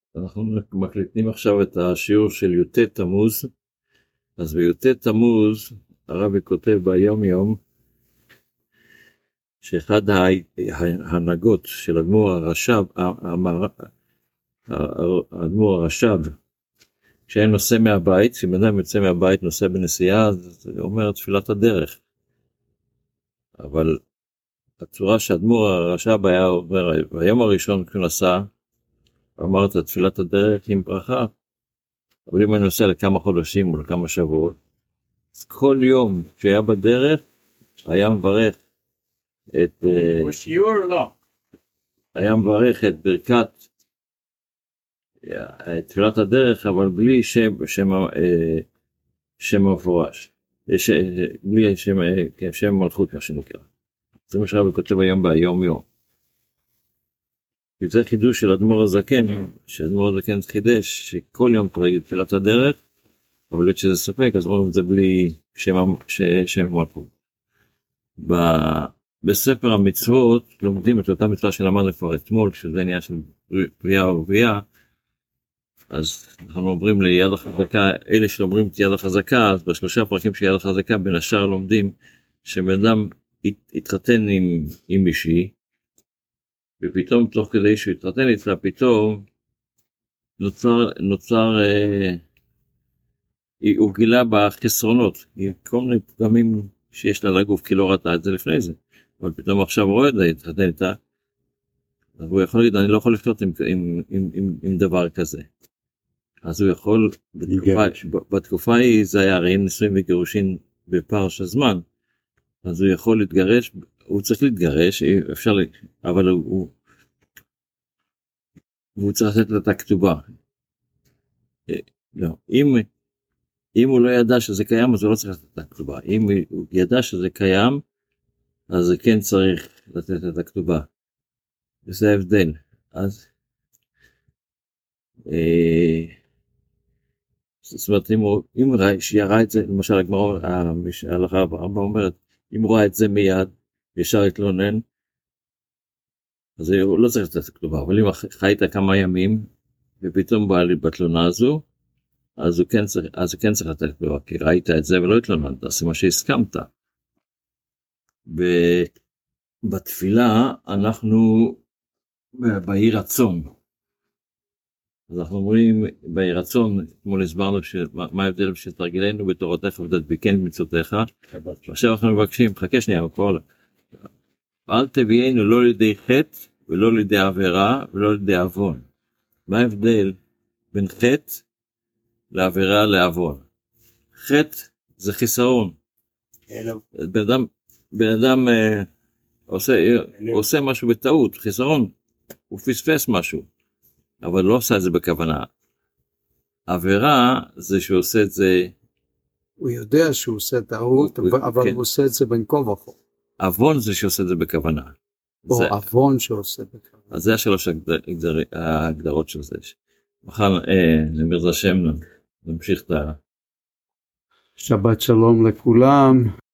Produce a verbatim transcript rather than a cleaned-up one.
אנחנו מקליטים עכשיו את השיעור של י"ט תמוז. אז בי"ט תמוז הרבי כותב ביום יום שאחד ההנהגות של אדמו"ר הרש"ב, האדמו"ר הרש"ב, כשהיה נוסע מהבית, אם אדם יוצא מהבית נוסע בנסיעה, זה אומר תפילת הדרך. אבל הצורה שאדמו"ר הרש"ב היה אומר, ביום הראשון כשהוא נסע, אמרת תפילת הדרך עם ברכה, אבל אם אני נוסע לכמה חודשים או לכמה שבועות, אז כל יום שהיה בדרך, היה מברך את, בשיעור לא. היה מברך את ברכת תפילת הדרך, אבל בלי שם, שם, שם מפורש, בלי שם, שם מלכות, מה שנקרא. זה מה שהרבי כותב היום ביום יום. וזה חידוש של אדמו"ר הזקן, שאדמו"ר הזקן חידש שכל יום פרק תפילת הדרך, אבל להיות שזה ספק, אז אומרים את זה בלי שם, שם מלכות. בספר המצוות לומדים את אותה מצווה שלמדנו כבר אתמול, שזה עניין של פריאה ורבייה, אז אנחנו אומרים ליד החזקה, אלה שאומרים את יד החזקה, אז בשלושה פרקים של יד החזקה, בין השאר לומדים שבן אדם התחתן עם, עם מישהי, ופתאום תוך כדי שהוא התחתן איתה, פתאום נוצר, נוצר, אה, הוא גילה בחסרונות, כל מיני פגמים שיש לה לגוף, כי לא ראתה את זה לפני זה, אבל פתאום עכשיו הוא רואה את זה, התחתן איתה, אז הוא יכול להגיד, אני לא יכול לחיות עם, עם, עם, עם, עם דבר כזה. אז הוא יכול, בתקופה, בתקופה היא זה היה הרי נישואים וגירושין בפער של זמן, אז הוא יכול להתגרש, הוא צריך להתגרש, אפשר, אבל הוא, הוא צריך לתת את הכתובה. לא, אם, אם הוא לא ידע שזה קיים, אז הוא לא צריך לתת את הכתובה. אם הוא ידע שזה קיים, אז זה כן צריך לתת את הכתובה. וזה ההבדל. אז, אה, זאת אומרת, אם הוא, אם הוא יראה את זה, למשל, הגמרא, ההלכה הרבה אומרת, אם הוא ראה את זה מיד, ישר התלונן, אז הוא לא צריך לתת את הכתובה. אבל אם חיית כמה ימים, ופתאום בא לי בתלונה הזו, אז הוא כן צריך, אז הוא כן צריך לתת כתובה, כי ראית את זה ולא התלוננת, אז זה מה שהסכמת. בתפילה אנחנו באי רצון. אז אנחנו אומרים באי רצון, אתמול הסברנו מה ההבדל שתרגילנו בתורתך ותדביקן במצוותיך, ועכשיו אנחנו מבקשים, חכה שנייה, אל תביאנו לא לידי חטא ולא לידי עבירה ולא לידי עוון. מה ההבדל בין חטא לעבירה לעוון? חטא זה חיסרון. בן אדם, בן אדם אה, עושה, עושה משהו בטעות, חיסרון, הוא פספס משהו, אבל לא עושה את זה בכוונה. עבירה זה שהוא עושה את זה, הוא יודע שהוא עושה טעות, הוא, אבל כן. הוא עושה את זה בין כה וכה. עוון זה שעושה את זה בכוונה. או זה... עוון שעושה בכוונה. אז זה השלוש הגדר... ההגדרות של זה. מחר אה, נמיר זה השם, נמשיך את ה... שבת שלום לכולם.